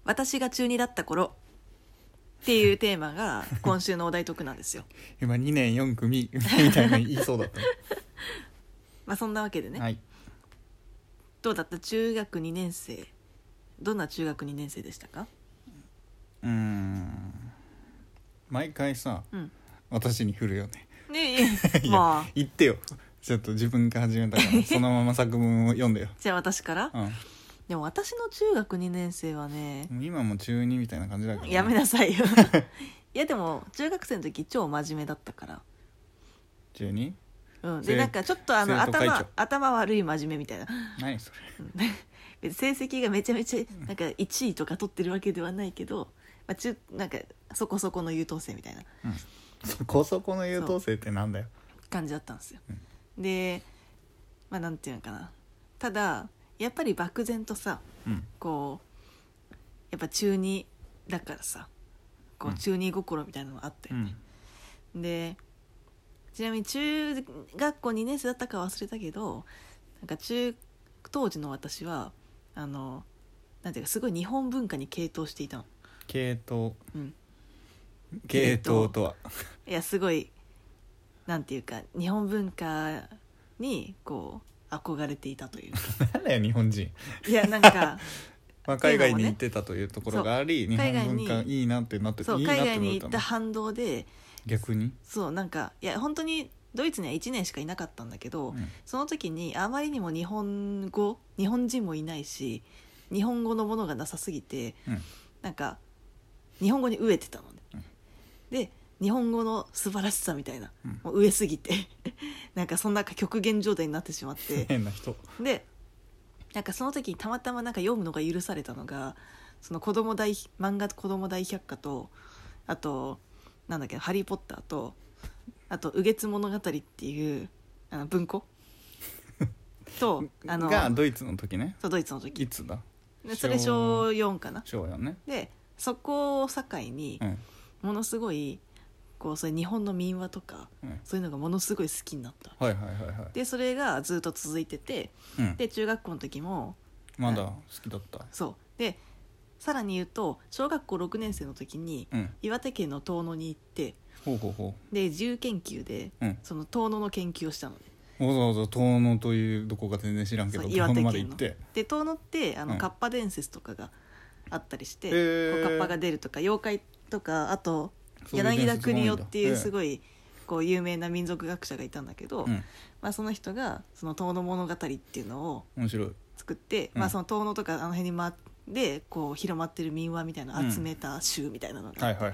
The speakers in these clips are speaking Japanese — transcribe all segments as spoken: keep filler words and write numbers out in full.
私が中にだった頃っていうテーマが今週のお題トークなんですよ今にねんよん組みたいな言いそうだったまあそんなわけでね、 はい、 どうだった中学にねん生、どんな中学にねん生でしたか？ うーん毎回さ、 うん、 私に振るよねねえまあ言ってよ、ちょっと自分から始めたからそのまま作文を読んでよじゃあ私から、 うん、 でも私の中学にねん生はね、 今も中にみたいな感じだから、ね、 やめなさいよいやでも中学生の時超真面目だったから中にうん、でなんかちょっとあの頭頭悪い真面目みたいな何それ別に成績がめちゃめちゃなんかいちいとか取ってるわけではないけど、まあ、中なんかそこそこの優等生みたいな、 うん、そこそこの優等生ってなんだよ感じだったんですよ、 うん、 でまあなんていうのかな、ただやっぱり漠然とさ、 うん、 こうやっぱ中にだからさこう中二心みたいなのがあったよね、うん、でちなみに中学校にねん生だったか忘れたけど、なんか中当時の私はあのなんていうかすごい日本文化に傾倒していたの。 系統、 うん、 系統とはいやすごいなんていうか日本文化にこう憧れていたというなんだよ日本人いやなんかまあ海外に行ってたというところがあり、 ね、 日本文化いいなってなってそういいなって海外に行った反動で逆にそうなんかいや本当にドイツにはいちねんしかいなかったんだけど、うん、その時にあまりにも日本語日本人もいないし日本語のものがなさすぎて、うん、なんか日本語に飢えてたのね、うん、で日本語の素晴らしさみたいな、うん、もう飢えすぎてなんかそんな極限状態になってしまって変な人でなんかその時にたまたまなんか読むのが許されたのがその子供大漫画子供大百科とあとなんだっけハリーポッターとあと雨月物語っていうあの文庫とあのがドイツの時ね。 そうドイツの時いつだでそれ小よんかな小よんね。 でそこを境に、うん、ものすごいこうそれ日本の民話とか、うん、そういうのがものすごい好きになった、 はいはいはいはい、 でそれがずっと続いてて、うん、で中学校の時もまだ好きだった。 そうでさらに言うと小学校ろくねん生の時に、うん、岩手県の遠野に行ってほうほうほうで自由研究で、うん、その遠野の研究をしたのね。 わざわざ遠野というどこか全然知らんけど遠野まで行ってで遠野ってあの、うん、カッパ伝説とかがあったりして、えー、カッパが出るとか妖怪とかあと柳田国男っていうすごいこう有名な民族学者がいたんだけど、うんまあ、その人がその遠野物語っていうのを作って、まあ、その遠野とかあの辺に回ってこう広まってる民話みたいなのを集めた集みたいなのが、うんはいはいはい、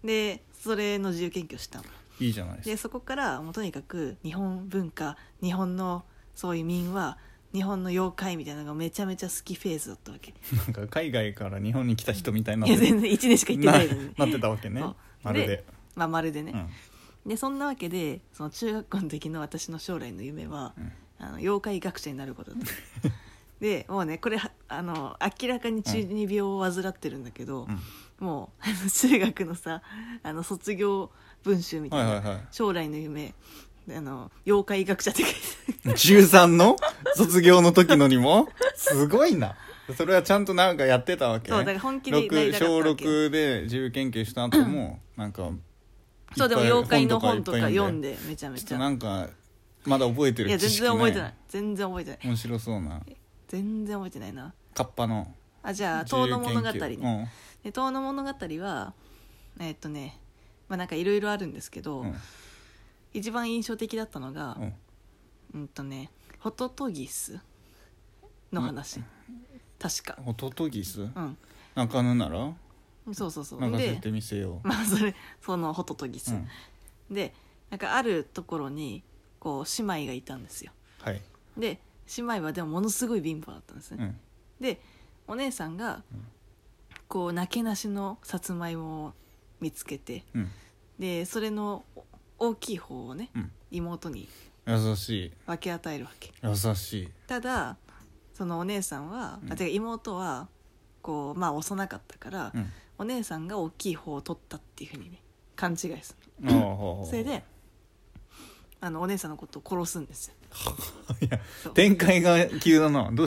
でそれの自由研究をしたの。 いいじゃないですか。 でそこからもうとにかく日本文化日本のそういう民話日本の妖怪みたいなのがめちゃめちゃ好きフェーズだったわけ。 なんか海外から日本に来た人みたいになっていや全然いちねんしか行ってないのにな, なってたわけね。まるでで、まあ、まるでね、うん、でそんなわけでその中学校の時の私の将来の夢は、うん、あの妖怪学者になることだったでもうねこれあの明らかに中二病を患ってるんだけど、うん、もう中学のさあの卒業文集みたいな、はいはいはい、将来の夢あの妖怪学者って書いて中さんの卒業の時のにもすごいな。それはちゃんとなんかやってたわけ。 そうだから本気でなりたかったわけ。 小ろくで自由研究した後もなんかそうでも妖怪の本とか読んでめちゃめちゃちょっとなんかまだ覚えてる知識ない。 いや全然覚えてない全然覚えてない面白そうな全然覚えてないな。 カッパのあじゃあ遠野物語ね、うん、で遠野物語はえー、っとねまあなんかいろいろあるんですけど、うん、一番印象的だったのが、うん、うんとねホトトギスの話、うん、確かホトトギス、 うん、 中野ならそうそうそう泣かせてみせよう。 まあそれそのホトトギス、うん、でなんかあるところにこう姉妹がいたんですよ。 はいで姉妹はでもものすごい貧乏だったんですね、うん、でお姉さんがこうなけなしのさつまいもを見つけて、うん、でそれの大きい方をね、うん、妹に優しい分け与えるわけ。 優しい。 ただそのお姉さんは、うん、あてか妹はこうまあ幼かったから、うん、お姉さんが大きい方を取ったっていうふうにね勘違いするのそれであのお姉さんのことを殺すんですよいや展開が急だな。どうした。 で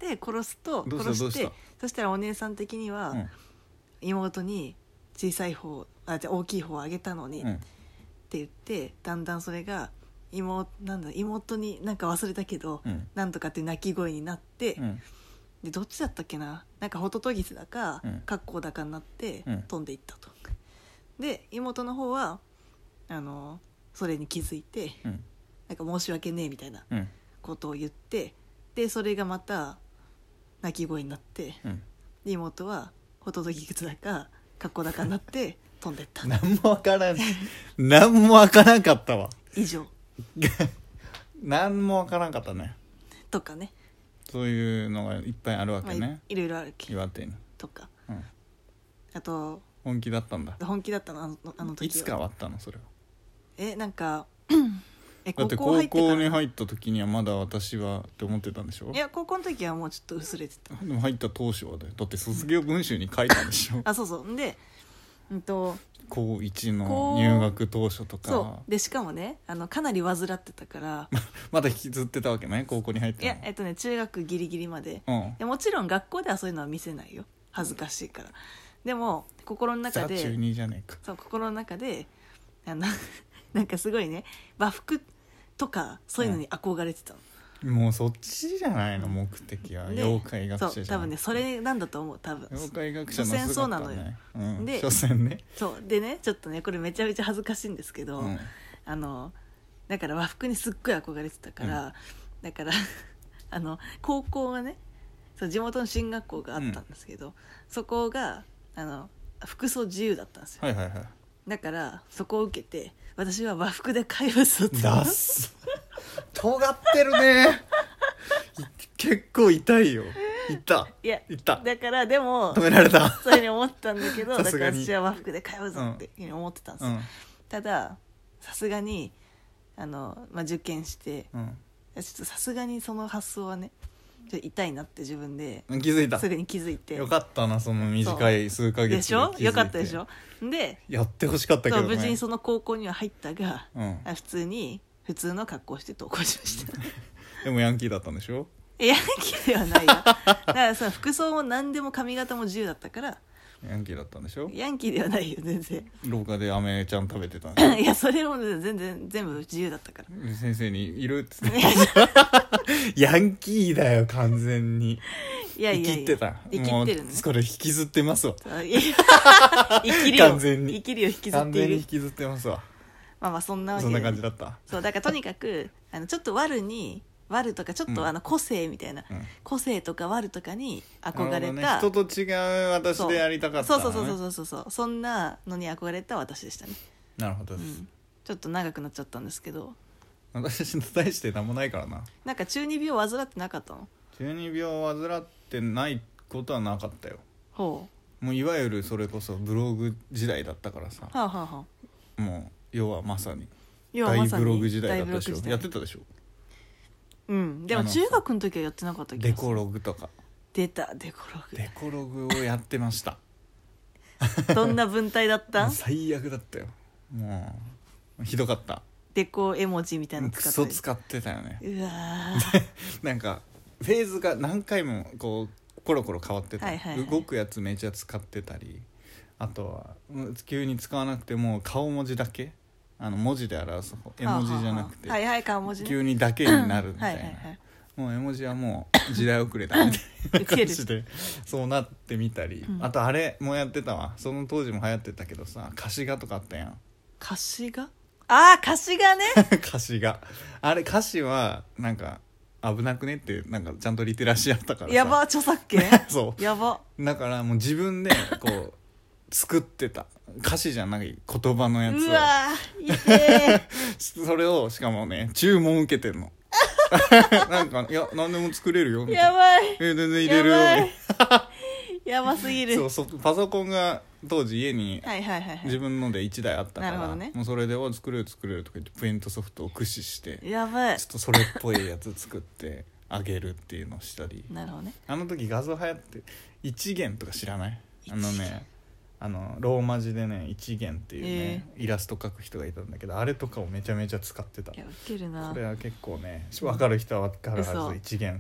で殺すとどうした殺してどうしたそしたらお姉さん的には、 うん妹に小さい方あじゃあ大きい方をあげたのに、 うんって言ってだんだんそれが妹なんだ妹になんか忘れたけど、 うんなんとかっていう鳴き声になって、 うんでどっちだったっけななんかホトトギスだか、 うんカッコウだかになってうん飛んでいったと。で妹の方はあのそれに気づいてうんなんか申し訳ねえみたいなうんことを言ってでそれがまた鳴き声になってうんで妹はホトトギスだかカッコウだかになって飛んでった何もわからん何もわからんかったわ以上何もわからんかったね。 とかね、 そういうのがいっぱいあるわまあ、いけね、 いろいろあるけ岩手に、 とかうん、 あと本気だったんだ。 本気だったのあのあの時はいつからあったのそれは。 えなんかえだって高校入高ってから校に入った時にはまだ私はって思ってたんでしょ。 いや高校の時はもうちょっと薄れてたでも入った当初はだよ。だって卒業文集に書いたんでしょあそうそうんでうんと高いちの入学当初とかそうでしかもねあのかなり患ってたからまだ引きずってたわけね高校に入っていやえっとね中学ギリギリまでうんでもちろん学校ではそういうのは見せないよ恥ずかしいからでも心の中ザ中で二じゃねえか。 そう心の中であのなんかすごいね和服とかそういうのに憧れてたの、 もうそっちじゃないの目的は。 で妖怪学者じゃん。 そう多分ねそれなんだと思う多分妖怪学者の所詮そうな姿のよね。うん、 で所詮ね。 そうでねちょっとねこれめちゃめちゃ恥ずかしいんですけど、 うんあのだから和服にすっごい憧れてたから、 うんだからあの高校がねそう地元の進学校があったんですけど、そこがあの服装自由だったんですよ、 はいはいはい。 だからそこを受けて私は和服で通うぞってだっす尖ってるねい結構痛いよ。いったいやいっただからでも止められた。 そういうふうに思ったんだけどだからさすがに私は和服で通うぞっていうふうに思ってたんですよ、 うんたださすがにあの、まあ、受験してうんちょっとさすがにその発想はねちょっと痛いなって自分で気づいた。 すぐに気づいてよかったなその短い数ヶ月でしょ気づいてよかったでしょでやってほしかったけどね。 そう無事にその高校には入ったが、 うんあ普通に普通の格好をして登校しましたでもヤンキーだったんでしょ。 えヤンキーではないよだからさ服装も何でも髪型も自由だったからヤンキーだったんでしょ。 ヤンキーではないよ全然廊下でアメちゃん食べてたんでしょいやそれも全然全部自由だったからで先生に「いる?」っつってヤンキーだよ完全に。 いやいやいや生きってた。 生きってるねもうこれ引きずってますわ。 いや生きるよ完全に生きるよ引きずっ完ている全に引きずってますわ。 まあまあそんなわけでそんな感じだった。 そうだからとにかくあのちょっと悪に悪とかちょっとうんあの個性みたいな、 うん個性とか悪とかに憧れなるほどねた、 人と違う私でやりたかったそうのね。 そうそうそうそうそうそんなのに憧れた私でしたね、 なるほどです、 うん、ちょっと長くなっちゃったんですけど私に対して何もないからな。 なんか中二病患ってなかったの？ 中二病を患ってないことはなかったよ。 ほもういわゆるそれこそブログ時代だったからさ、 うはあはあはあもう要はまさに要はまさに大ブログ時代だったでしょ。 大ブログ時代やってたでしょ。 うんでもあの中学の時はやってなかった気がするデコログとか出たデコロデコログをやってましたグどんな文体だった最悪だったよ。もうひどかった。 デコ絵文字みたいなのク使ったりソ使ってたよね。 うわなんかフェーズが何回もこうコロコロ変わってた、 はいはいはい動くやつめちゃ使ってたり、あとはうん急に使わなくても顔文字だけ、あの文字で表す方絵文字じゃなくて、 はあはあはあはいはい顔文字ね急にだけになるみたいな、 はいはいはいもう絵文字はもう時代遅れだみたいなウケる感じでそうなってみたり、 うんあとあれもやってたわ。その当時も流行ってたけどさ、歌詞画とかあったやん。 歌詞がああ歌詞がね歌詞画あれ歌詞はなんか危なくねってなんかちゃんとリテラシーあったからさやば著作権そやばうだからもう自分でこう作ってた歌詞じゃない言葉のやつをうわーいてそれをしかもね注文受けてんのなんかいや何でも作れるよみたいなーやばいえ全然入れるよやばいみたいなやばすぎるそうそうパソコンが当時家にはいはいはいは自分のでいちだいあったから、 なるほどねもうそれでお作れる作れるとか言ってプリントソフトを駆使していやばいちょっとそれっぽいやつ作ってあげるっていうのをしたりなるほどねあの時画像流行って一元とか知らない？あのねあのローマ字でね一元っていうね、イラスト描く人がいたんだけどあれとかをめちゃめちゃ使ってた。 いやウケるなこれは結構ね分かる人は分かるは嘘ず。一元さん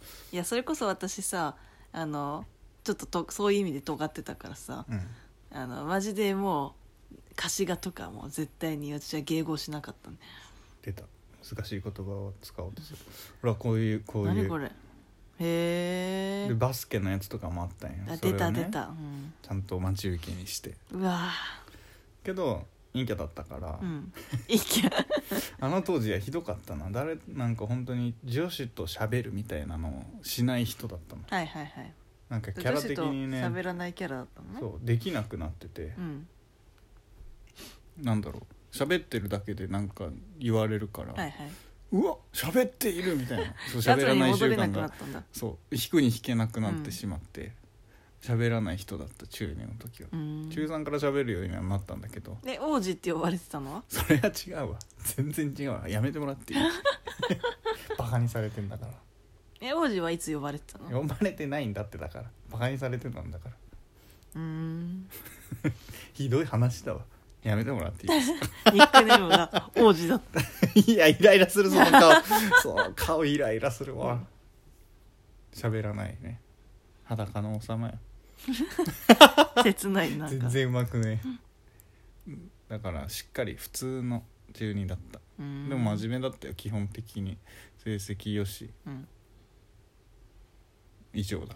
いやそれこそ私さあのちょっととそういう意味で尖ってたからさ、 うんあのマジでもう歌詞画とかも絶対に私は迎合しなかったんで。 出た難しい言葉を使おうとする。ほらこういうこういう何これ。へえ。 でバスケのやつとかもあったんよ。 あそれをね出た出た、うん、 ちゃんと待ち受けにして。 うわけど陰キャだったから、 ーうんいやあの当時はひどかったな。誰なんか本当に女子と喋るみたいなのをしない人だったの。 はいはいはい。 なんかキャラ的にね女子と喋らないキャラだったのね。 そうできなくなってて、 うん、 なんだろう喋ってるだけでなんか言われるから、 はいはい。 うわ喋っているみたいなそうやつに喋らない習戻れなくな慣がったんだ。 そう引くに引けなくなってしまって喋、らない人だった中にの時は、 うん中さんから喋るようにはなったんだけど、 で王子って呼ばれてたのはそれは違うわ全然違うわやめてもらっていいバカにされてんだから。 え王子はいつ呼ばれてたの。 呼ばれてないんだってだからバカにされてたんだからうーんひどい話だわやめてもらっていいですかニックネームが王子だったいやイライラするその顔その顔イライラするわ喋らないね裸の王様よ切ないなんか全然うまくねだからしっかり普通の中にだった。 うーんでも真面目だったよ基本的に成績よしうん以上だ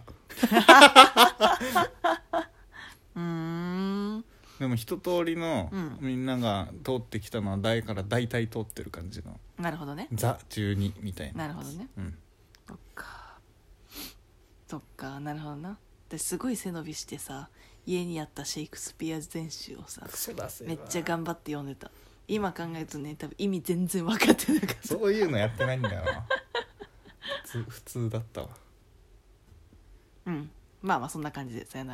うーんでも一通りのうんみんなが通ってきたのは大から大体通ってる感じのなるほどねザ中二みたいななるほどねうんそっかそっかなるほどな。ですごい背伸びしてさ家にあったシェイクスピア全集をさクソだせめっちゃ頑張って読んでた。今考えるとね多分意味全然分かってなかったそういうのやってないんだよな普通普通だったわうんまあまあそんな感じでさよなら。